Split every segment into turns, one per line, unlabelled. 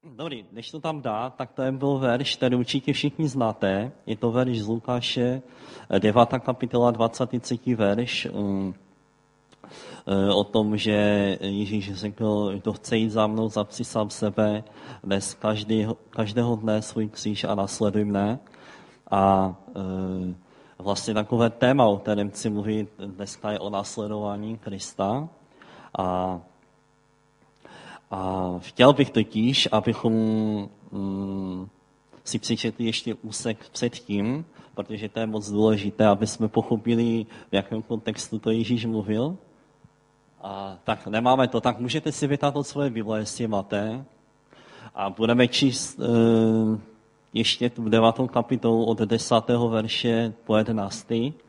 Dobrý, než to tam dá, tak to byl verš, který určitě všichni znáte. Je to verš z Lukáše, 9. kapitola, 23. verš, o tom, že Ježíš řekl, kdo chce jít za mnou, zapři sám sebe, dnes každého dne svůj kříž a následuj mne. A vlastně takové téma, o kterém chci mluvit dneska, je o následování Krista. A chtěl bych totiž, abychom si přečetli ještě úsek předtím, protože to je moc důležité, aby jsme pochopili, v jakém kontextu to Ježíš mluvil. A tak nemáme to, tak můžete si vytáhnout svoje Bible, jestli máte. A budeme číst ještě tu 9. kapitolu od 10. verše po 11.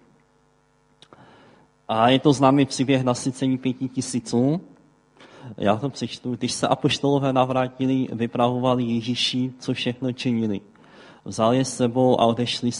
A je to známý příběh nasycení 5000. Já to přečtu. Když se apoštolové navrátili, vypravovali Ježíši, co všechno činili. Vzali je s sebou a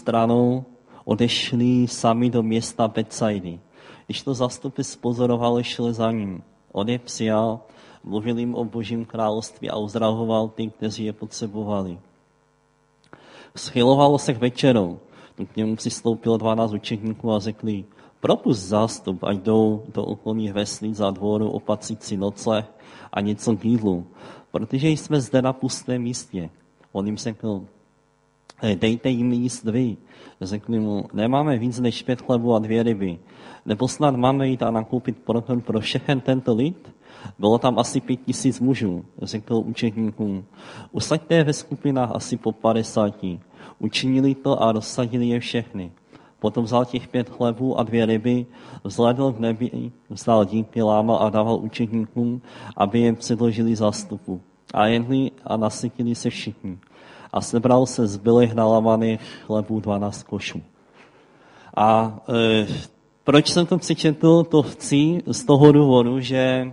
odešli sami do města Betsaidy. Když to zastupy spozorovali, šli za ním. On je přijal, mluvil jim o Božím království a uzdravoval ty, kteří je potřebovali. Schylovalo se k večeru. K němu přistoupilo 12 učedníků a řekli: propust zástup, ať jdou do okolních vesnic a dvorů opatřit si nocleh a něco k jídlu, protože jsme zde na pustém místě. On jim řekl: dejte jim jíst vy. Řekli mu: nemáme víc než 5 chlebů a 2 ryby. Nebo snad máme jít a nakoupit pokrm pro všechen tento lid? Bylo tam asi 5000 mužů. Řekl učedníkům: usaďte je ve skupinách asi po 50. Učinili to a rozsadili je všechny. Potom vzal těch 5 chlebů a 2 ryby, vzhlédl k nebi, vzdal díky, lámal a dával učedníkům, aby je předložili zástupu. A jedli a nasytili se všichni. A sebral se zbylých nalamaných chlebů 12 košů. A proč jsem to přečetl? To chci z toho důvodu, že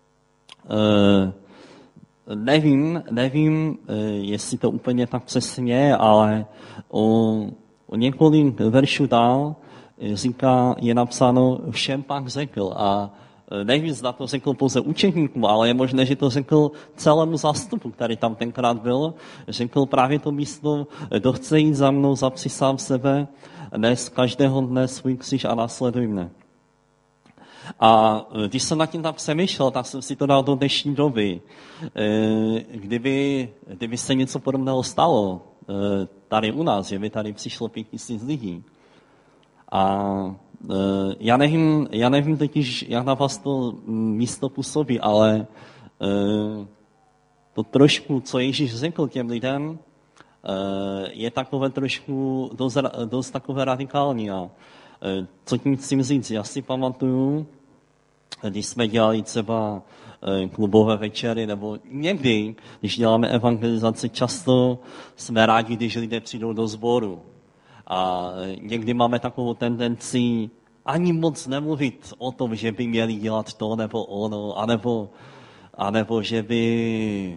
nevím, jestli to úplně tak přesně, ale o několik veršů dál říká, je napsáno, všem pak řekl. A nevím, zda to řekl pouze učedníkům, ale je možné, že to řekl celému zástupu, který tam tenkrát byl. Řekl právě to místo: kdo chce jít za mnou, zapři sám sebe, nes každého dne svůj kříž a následuj mne. A když jsem nad tím tak přemýšlel, tak jsem si to dal do dnešní doby. Kdyby se něco podobného stalo tady u nás, že by tady přišlo 5000 lidí. A já nevím totiž, jak na vás to místo působí, ale to trošku, co Ježíš řekl těm lidem, je takové trošku dost takové radikální. A co tím chci říct? Já si pamatuju, když jsme dělali třeba klubové večery, nebo někdy, když děláme evangelizaci, často jsme rádi, když lidé přijdou do sboru. A někdy máme takovou tendenci ani moc nemluvit o tom, že by měli dělat to nebo ono, anebo že by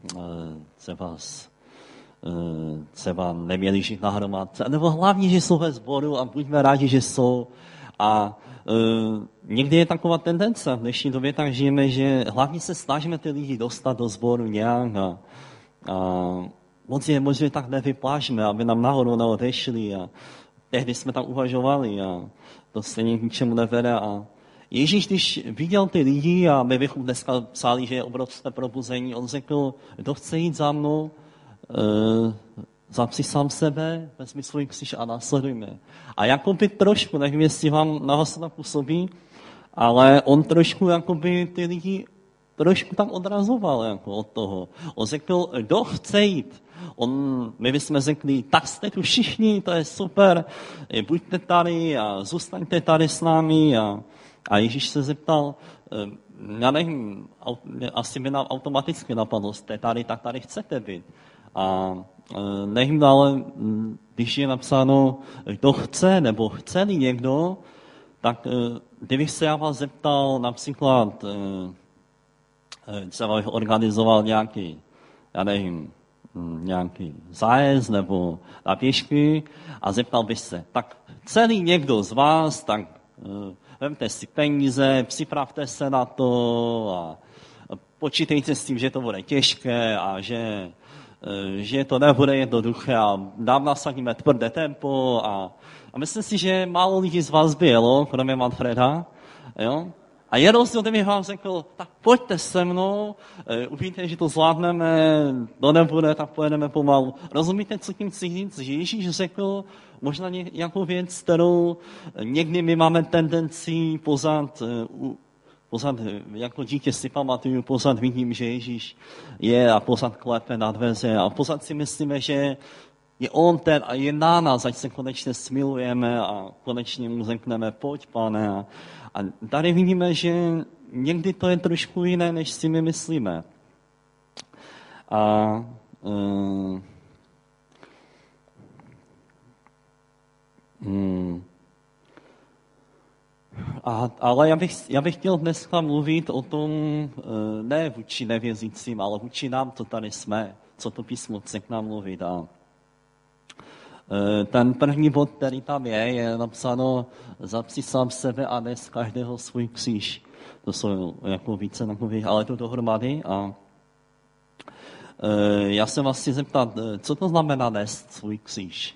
třeba neměli žít na hromádce, nebo hlavně, že jsou ve sboru a buďme rádi, že jsou. A někdy je taková tendence, v dnešní době tak žijeme, že hlavně se snažíme ty lidi dostat do sboru nějak a moc je možná tak nevyplážíme, aby nám nahoru neodešli. A tehdy jsme tam uvažovali a to se k ničemu nevede. A Ježíš, když viděl ty lidi, a my bychom dneska psali, že je obrovské probuzení, on řekl: kdo chce jít za mnou, zapři sám sebe, vezmi svůj kříž a následujme. A jakoby trošku, nevím, jestli vám na vás to tak působí, ale on trošku jakoby ty lidi trošku tam odrazoval jako od toho. On řekl: kdo chce jít? My bychom řekli: tak jste tu všichni, to je super, buďte tady a zůstaňte tady s námi. A Ježíš se zeptal, já nevím, asi by nám automaticky napadlo, jste tady, tak tady chcete být. A nevím, ale když je napsáno, kdo chce, nebo chce-li někdo, tak kdybych se já vás zeptal například, třeba bych organizoval nějaký, já nevím, nějaký zájezd nebo na pěšky a zeptal bych se, tak chce-li někdo z vás, tak vemte si peníze, připravte se na to a počítejte s tím, že to bude těžké a že to nebude jednoduché a dám nasadíme tvrdé tempo a myslím si, že málo lidí z vás bylo, kromě Manfreda, jo? A je rozdíl, kdybych vám řekl, tak pojďte se mnou, uvidíte, že to zvládneme, to nebude, tak pojedeme pomalu. Rozumíte, co tím chci říct? Že Ježíš řekl možná nějakou věc, kterou někdy my máme tendenci pořád jako dítě si pamatuju, pořád vidím, že Ježíš je a pořád klepe na dveře a pořád si myslíme, že je on ten a je na nás, ať se konečně smilujeme a konečně mu řekneme, pojď, Pane. A tady vidíme, že někdy to je trošku jiné, než si my myslíme. Ale já bych chtěl dneska mluvit o tom, ne vůči nevěřícím, ale vůči nám, co tady jsme, co to písmo chce k nám mluvit. A ten první bod, který tam je napsáno zapři sám sebe a nes každého svůj kříž. To jsou jako více takových, ale to dohromady. A já se vás chci zeptat, co to znamená nést svůj kříž?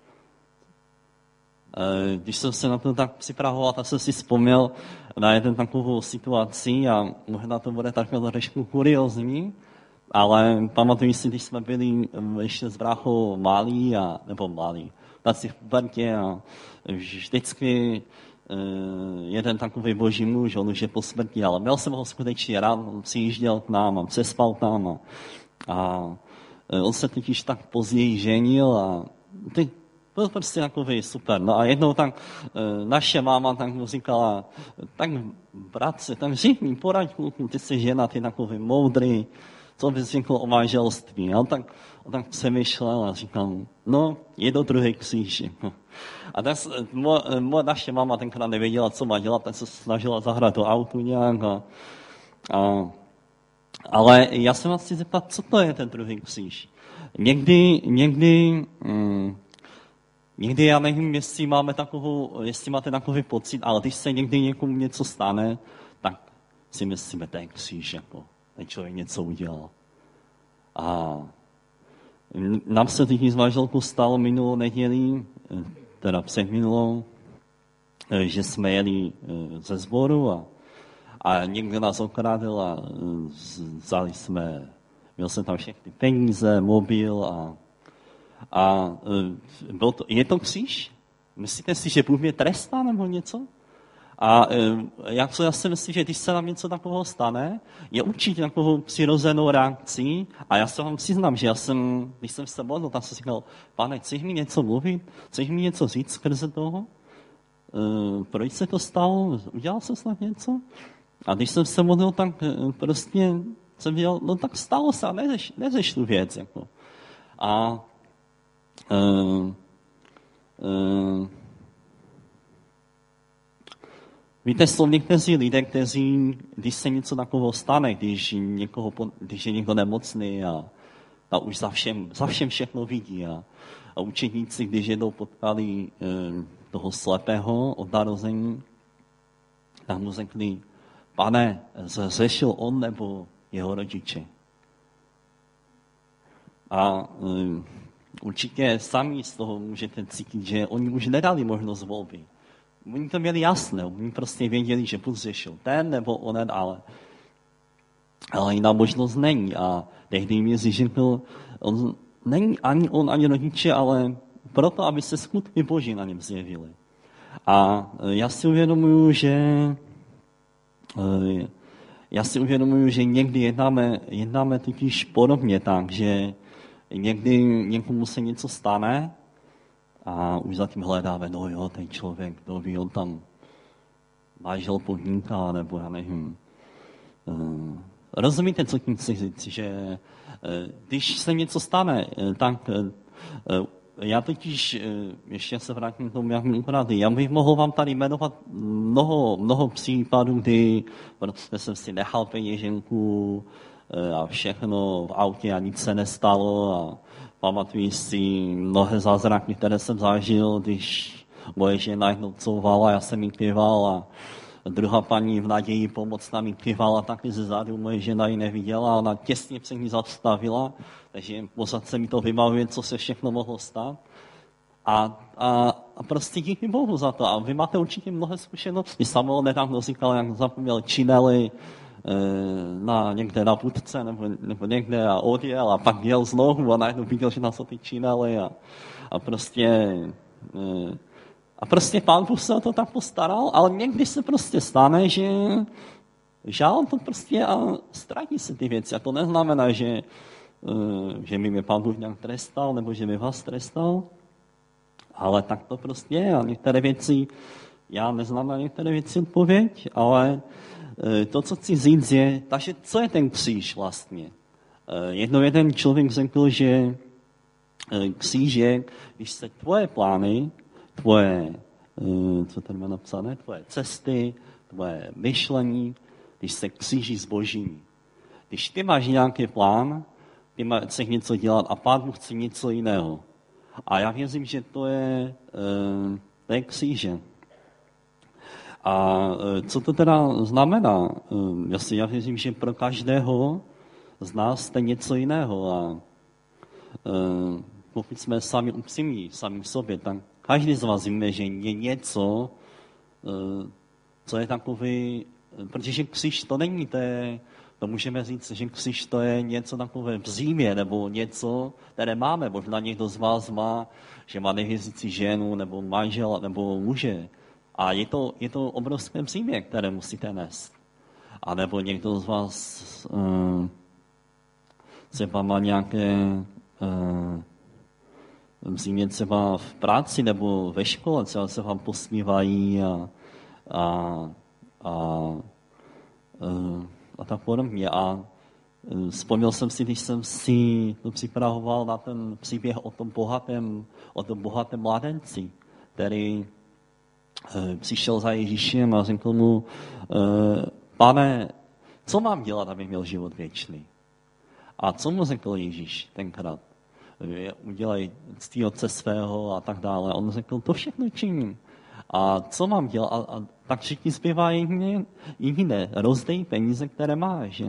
Když jsem se na to tak připravoval, tak jsem si vzpomněl na jeden takovou situaci a možná to bude takhle trošku kuriozní, ale pamatuju si, když jsme byli ještě s bráchou malí, taci v Brtě a vždycky jeden takový boží muž, on už je po smrti, ale měl jsem ho skutečně rád, on přijížděl k nám a přespal tam a on se totiž tak později ženil a byl prostě takový super. No a jednou tak naše máma tak mu říkala, tak bratře, tak řekni, poraď kluku, ty jsi žena, ty takový moudrý, co bys řekl o manželství. A on tak přemýšlel a říkal, no, je to druhý kříž. A tak naše máma tenkrát nevěděla, co má dělat, tak se snažila zahrát do autu nějak. Ale já se vás chci zeptat, co to je ten druhý kříž? Někdy já nevím, jestli máte takový pocit, ale když se někdy někomu něco stane, tak si myslíme, to je kříž, jako ten člověk něco udělal. A nám se teď s manželkou stalo minulou neděli, teda předminulou, že jsme jeli ze sboru a někdo nás okradl a vzali jsme, měl jsem tam všechny peníze, mobil a je to kříž? Myslíte si, že Bůh mě trestá nebo něco? A já si myslím, že když se nám něco takového stane, je určitě takovou přirozenou reakcí. A já se vám přiznám, že když jsem se modlil, tak jsem říkal, Pane, chceš mi něco mluvit? Chceš mi něco říct skrze toho? Proč se to stalo? Udělal jsem snad něco? A když jsem se modlil, tak prostě jsem dělal, no tak stalo se a neřeš tu věc. Jako. A víte, jsou někteří lidé, kteří, když se něco takového stane, když je někdo nemocný a už za všem všechno vidí. A učeníci, když jednou potkali toho slepého od narození, tak mu řekli, Pane, zřešil on nebo jeho rodiče? A určitě sami z toho můžete cítit, že oni už nedali možnost volby. Oni to měli jasné, oni prostě věděli, že buď řešil ten nebo onen, ale jiná možnost není. A tehdy mi řekl, on není ani on, ani rodiče, ale proto, aby se skutky Boží na něm zjevily. A já si uvědomuji, že někdy jednáme totiž podobně tak, že někdy někomu se něco stane a už zatím hledáme, no jo, ten člověk, kdo ví, on tam manžel podniká, nebo já nevím. Rozumíte, co tím chci říct, že když se něco stane, tak já totiž, ještě se vrátím k tomu, jak mi ukradli, já bych mohl vám tady jmenovat mnoho případů, kdy prostě jsem si nechal peněženku a všechno v autě a nic se nestalo a pamatuji si mnohé zázraky, které jsem zažil, když moje žena jednou couvala, já jsem jí pěval Druhá paní v naději pomoct nám jí kývala taky ze zádu, moje žena ji neviděla, ona těsně před ní zastavila, takže pořád se mi to vybavuje, co se všechno mohlo stát. A prostě díky Bohu za to. A vy máte určitě mnohé zkušenosti. Samuel nedávno říkal, jak zapomněl činely někde na putce nebo někde a odjel a pak jel znovu a najednou viděl, že nás o ty činely a prostě Pán Bůh se o to tak postaral, ale někdy se prostě stane, že žál to prostě a ztratí se ty věci. A to neznamená, že mi mě Pán Bůh nějak trestal nebo že mi vás trestal, ale tak to prostě je. A některé věci, já neznám na některé věci odpověď, ale to, co chci říct, je, takže co je ten kříž vlastně? Jeden člověk řekl, že kříž je, když se tvoje plány, co tady má napsané, tvoje cesty, tvoje myšlení, když se kříží s Božím. Když ty máš nějaký plán, ty chceš něco dělat a Pán Bůh chce něco jiného. A já věřím, že to je kříže. A co to teda znamená? Já věřím, že pro každého z nás to je něco jiného. A pokud jsme sami upřímní, sami v sobě, tak každý z vás víme, že je něco, co je takový, protože kříž to není, to můžeme říct, že kříž to je něco takové v zimě, nebo něco, které máme. Možná někdo z vás má, že má nevěřící ženu, nebo manžela, nebo muže. A je to obrovské břímě, které musíte nést. A nebo někdo z vás třeba má nějaké břímě třeba v práci nebo ve škole, třeba se vám posmívají a tak podobně. A vzpomněl jsem si, když jsem si to připravoval na ten příběh o tom bohatém mládenci, který přišel za Ježíšem a řekl mu, Pane, co mám dělat, abych měl život věčný? A co mu řekl Ježíš tenkrát? Udělej ctí otce svého a tak dále. On řekl, to všechno činím. A co mám dělat? A tak všichni zbývá jediné. Rozdej peníze, které máš.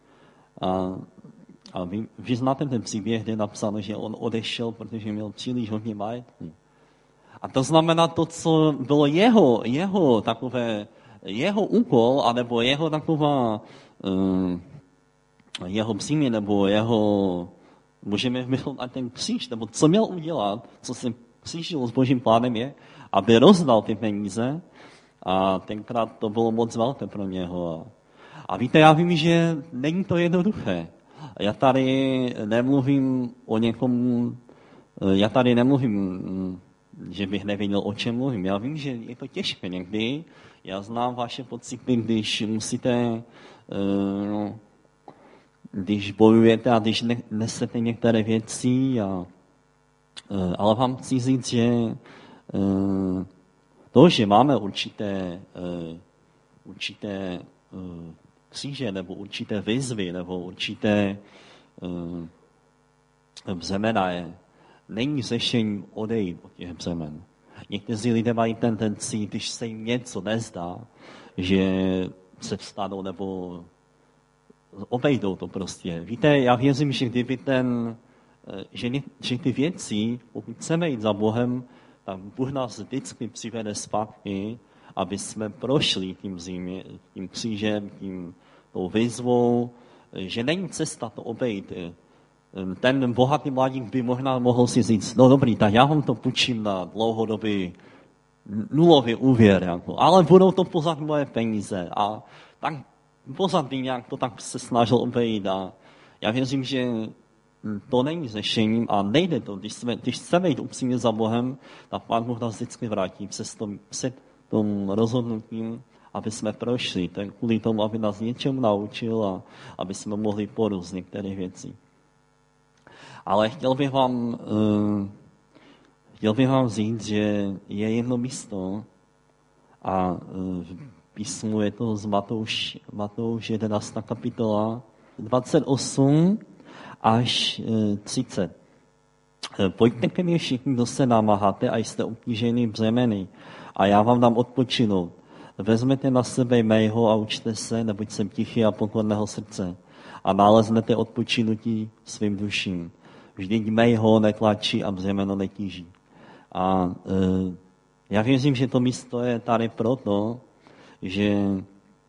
A vy znáte ten příběh, kde je napsáno, že on odešel, protože měl příliš hodně majetku. A to znamená to, co bylo jeho úkol, anebo jeho taková jeho břímě, nebo můžeme myslet na ten kříž, nebo co měl udělat, co se křížilo s Božím plánem je, aby rozdal ty peníze a tenkrát to bylo moc velké pro něho. A víte, já vím, že není to jednoduché. Já tady nemluvím o někom, že bych nevěděl, o čem mluvím. Já vím, že je to těžké někdy. Já znám vaše pocity, když musíte, když bojujete a když nesete některé věci. Ale vám chci říct, že to, že máme určité kříže, nebo určité výzvy, nebo určité břemena, není řešení odejít od těch břemen. Někteří lidé mají tendenci, když se jim něco nezdá, že se vstanou nebo obejdou to prostě. Víte, já věřím, že kdyby že ty věci, pokud chceme jít za Bohem, tak Bůh nás vždycky přivede zpátky, aby jsme prošli tím křížem, tou výzvou, že není cesta to obejít. Ten bohatý mladík by možná mohl si říct, no dobrý, tak já vám to půjčím na dlouhodobý nulový úvěr, ale budou to pořád moje peníze. A tak pořád by nějak to tak se snažil obejít. A já věřím, že to není řešením a nejde to. Když chceme jít upřímně za Bohem, tak Pán Bůh nás vždycky vrátí před tom rozhodnutím, aby jsme prošli. To je kvůli tomu, aby nás něčemu naučil a aby jsme mohli porost některé věci. Ale chtěl bych vám říct, že je jedno místo a v písmu je to z Matouš 11. kapitola 28 až 30. Pojďte ke mně všichni, kdo se namáháte a jste obtíženi břemeny a já vám dám odpočinout. vezměte na sebe jmého a učte se, neboť jsem tichý a pokorného srdce a naleznete odpočinutí svým duším. Vždyť mého netlačí a břemeno netíží. A já věřím, že to místo je tady proto, že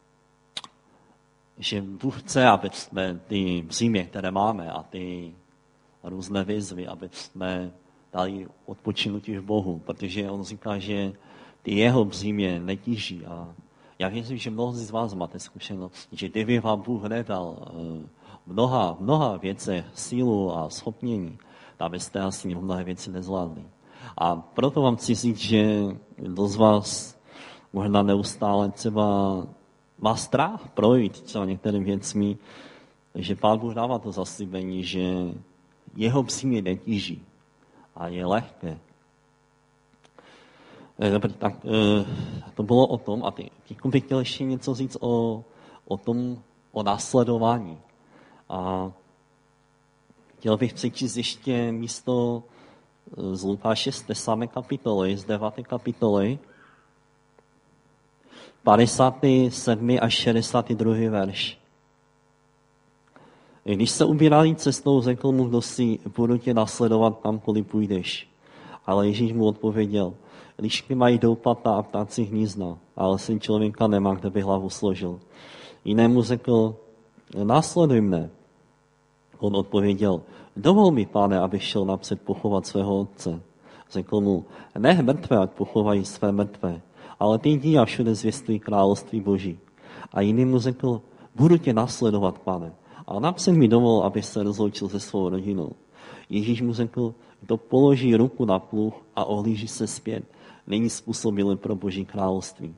Bůh chce, aby jsme ty břímě, které máme a ty různé výzvy, aby jsme dali odpočinutí v Bohu, protože on říká, že ty jeho břímě netíží. A já věřím, že mnozí z vás máte zkušenost, že kdyby vám Bůh nedal mnoha věcech sílu a schopnění, abyste asi mnohé věci nezvládli. A proto vám chci říct, že kdo z vás možná neustále třeba má strach projít třeba některými věcmi, že Pán Bůh dává to zaslíbení, že jeho břímě netíží a je lehké. Dobře, tak to bylo o tom a teď bych chtěl ještě něco říct o tom, o následování. A chtěl bych přečíst ještě místo z Lukáše z té samé kapitoly, z 9. kapitoly, 57. až 62. verš. Když se ubírali cestou, řekl mu kdo si, budu tě nasledovat kamkoliv půjdeš. Ale Ježíš mu odpověděl, lišky mají doupata a ptáci hnízda, ale syn člověka nemá, kde by hlavu složil. Jinému řekl, následuj mne. On odpověděl, dovol mi, Pane, abych šel napřed pochovat svého otce. Řekl mu, nech mrtvé, ať pochovají své mrtvé, ale ty jdi a všude zvěstuj království Boží. A jiný mu řekl, budu tě nasledovat, Pane, a napřed mi dovol, abych se rozloučil se svou rodinou. Ježíš mu řekl, kdo položí ruku na pluh a ohlíží se zpět, není způsobilý pro Boží království.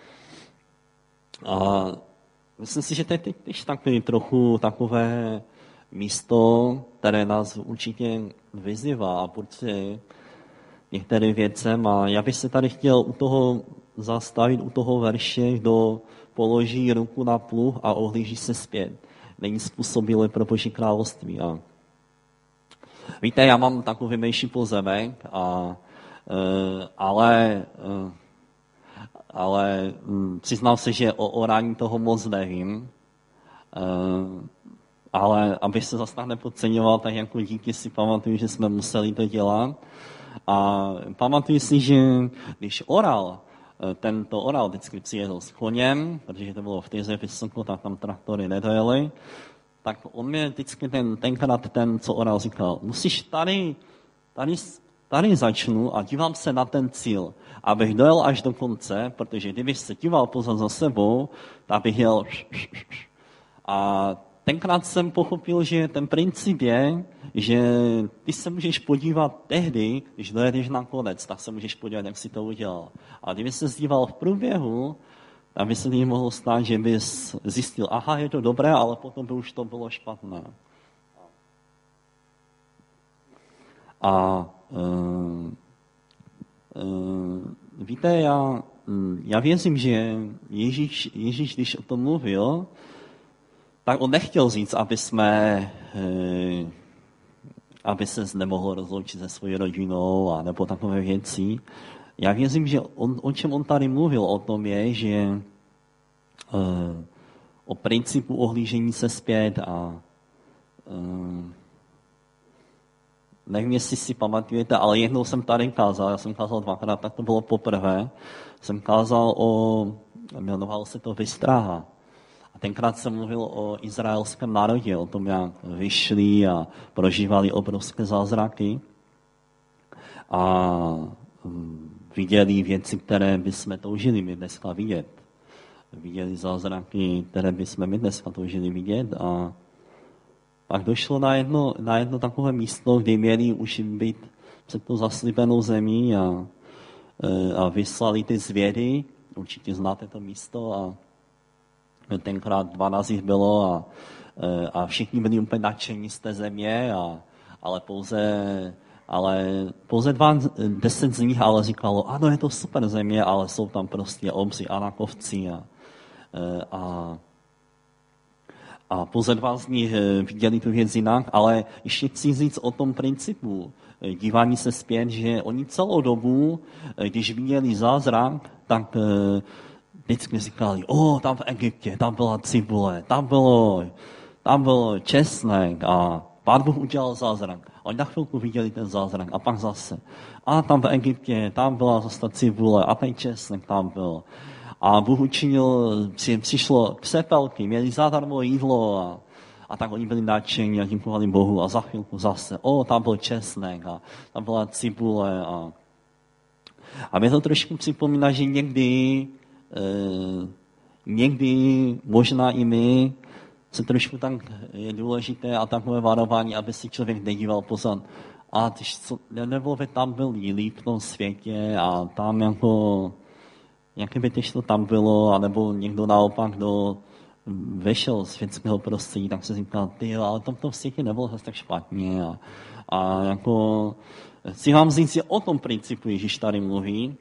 A myslím si, že to je teď takový trochu takové místo, které nás určitě vyzývá a určitě některým věcem. A já bych se tady chtěl u toho zastavit, u toho verše, kdo položí ruku na pluh a ohlíží se zpět, není způsobilý pro Boží království. A víte, já mám takový menší pozemek, ale přiznám se, že o orání toho moc nevím, ale abych se zase tak nepodceňoval, tak jako díky si pamatuju, že jsme museli to dělat. A pamatuju si, že když tento oral vždycky přijedl s koněm, protože to bylo v Tyře vysoko, tak tam traktory nedojeli, tak on mě vždycky tenkrát ten, co oral, říkal, musíš tady začnu a dívám se na ten cíl, abych dojel až do konce, protože kdybych se díval pozad za sebou, tak bych jel. A tenkrát jsem pochopil, že ten princip je, že ty se můžeš podívat tehdy, když dojedeš na konec, tak se můžeš podívat, jak si to udělal. A kdyby se díval v průběhu, tak by se ní mohlo stát, že bys zjistil, aha, je to dobré, ale potom by už to bylo špatné. A víte, já věřím, že Ježíš, když o tom mluvil, tak on nechtěl říct, aby se nemohl rozloučit se svojí rodinou a nebo takové věci. Já věřím, že o čem on tady mluvil, o tom je, že o principu ohlížení se zpět a nevím, jestli si pamatujete, ale jednou jsem tady kázal, já jsem kázal dvakrát, tak to bylo poprvé, jsem kázal jmenovalo se to Vystráha. A tenkrát jsem mluvil o izraelském národě, o tom, jak vyšli a prožívali obrovské zázraky a viděli věci, které bychom toužili my dneska vidět. Viděli zázraky, které bychom my dneska toužili vidět a pak došlo na jedno takové místo, kde měli už být před tou zaslíbenou zemí a vyslali ty zvědy, určitě znáte to místo a tenkrát 12 jich bylo a všichni byli úplně nadšení z té země, ale pouze 10 z nich ale říkalo, ano, je to super země, ale jsou tam prostě obři anakovci a pouze 2 z nich viděli tu věc jinak, ale ještě chci říct o tom principu dívání se zpět, že oni celou dobu, když viděli zázrak, tak vždycky říkali, tam v Egyptě, tam byla cibule, tam bylo česnek a Pán Bůh udělal zázrak. Oni na chvilku viděli ten zázrak a pak zase. A tam v Egyptě, tam byla zase ta cibule a ten česnek tam byl. A Bůh učinil, přišlo přepelky, měli zadarmo jídlo a tak oni byli nadšení a děkovali Bohu a za chvilku zase, tam byl česnek a tam byla cibule a mě to trošku připomíná, že někdy možná i my se trošku tak je důležité a takové varování, aby si člověk nedíval pozor. A nebo by tam byl líp v tom světě a tam jak by to tam bylo, anebo někdo naopak, kdo vešel z světského prostředí, tak se říkal, ale tam v tom světě nebylo zase tak špatně. A chci vám říct, že o tom principu Ježíš tady mluví,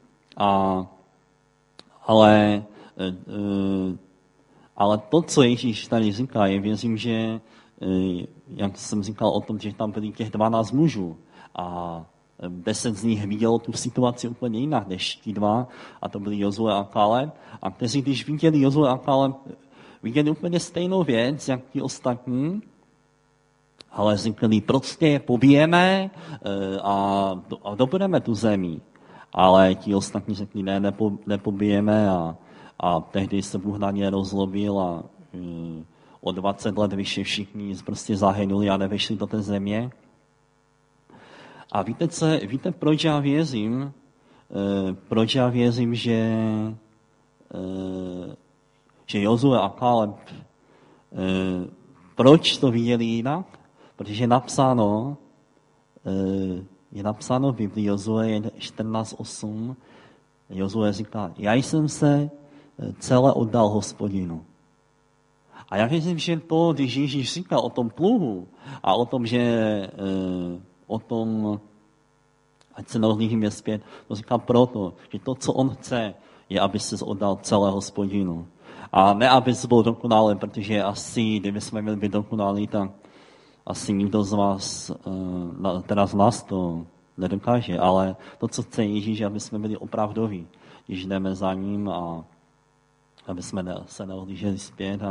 ale to, co Ježíš tady říká, je, věřím, že, jak jsem říkal o tom, že tam byli těch 12 mužů a 10 z nich vidělo tu situaci úplně jinak než ti dva, a to byli Jozue a Kaleb, a kteří, když viděli Jozue a Kaleb, viděli úplně stejnou věc, jak ti ostatní, ale říkali, prostě je pobijeme a dobudeme tu zemi. Ale ti ostatní řekli, ne, nepobijeme a tehdy se Bůh na ně rozlobil a o 20 let vyšší všichni prostě zahynuli a nevešli do té země. A víte, proč já věřím? Že Jozue a Kaleb, proč to viděli jinak? Protože je napsáno v Biblii Jozue 14:8. Jozue říká, já jsem se celé oddal Hospodinu. A já věřím, že to, když Ježíš říká o tom pluhu a o tom, ať se neodlížíme zpět, to říká proto, že to, co on chce, je, aby se oddal celé Hospodinu. A ne, aby se byl dokonalý, protože asi, kdyby jsme měli být dokonalí, tak asi nikdo z vás, teda z nás to nedokáže, ale to, co chce Ježíš, aby jsme byli opravdoví, když jdeme za ním a aby jsme se neodlíželi zpět.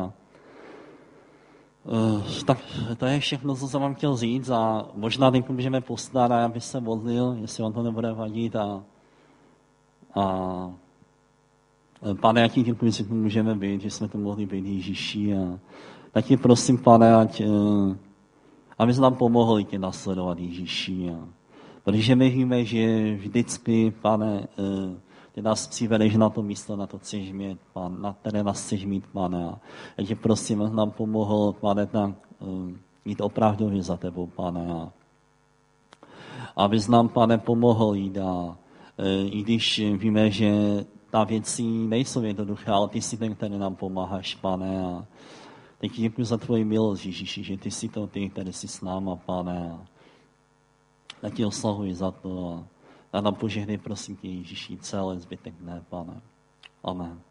Tak to je všechno, co jsem vám chtěl říct a možná teď můžeme postarat, aby se modlil, jestli vám to nebude vadit Pane, já ti děkuji, že tu můžeme být, že jsme tu mohli být Ježíši a tak tě prosím, Pane, aby jsi nám pomohl tě nasledovat Ježíši. Protože my víme, že vždycky, Pane, ty nás přivedeš na to místo, na to chceš mít, Pane, na které nás chceš mít, Pane. A já tě prosím, aby nám pomohl, Pane, tak jít opravdově za tebou, Pane. A abys nám, Pane, pomohl jít i když víme, že ta věci nejsou jednoduché, ale ty jsi ten, který nám pomáháš, Pane. A teď ti děkuji za tvoji milost, Ježíši, že ty jsi to ty, který jsi s náma, Pane. A já ti oslavuji za to a nám požehnej, prosím tě, Ježíši, celé zbytek dne, Pane. Amen.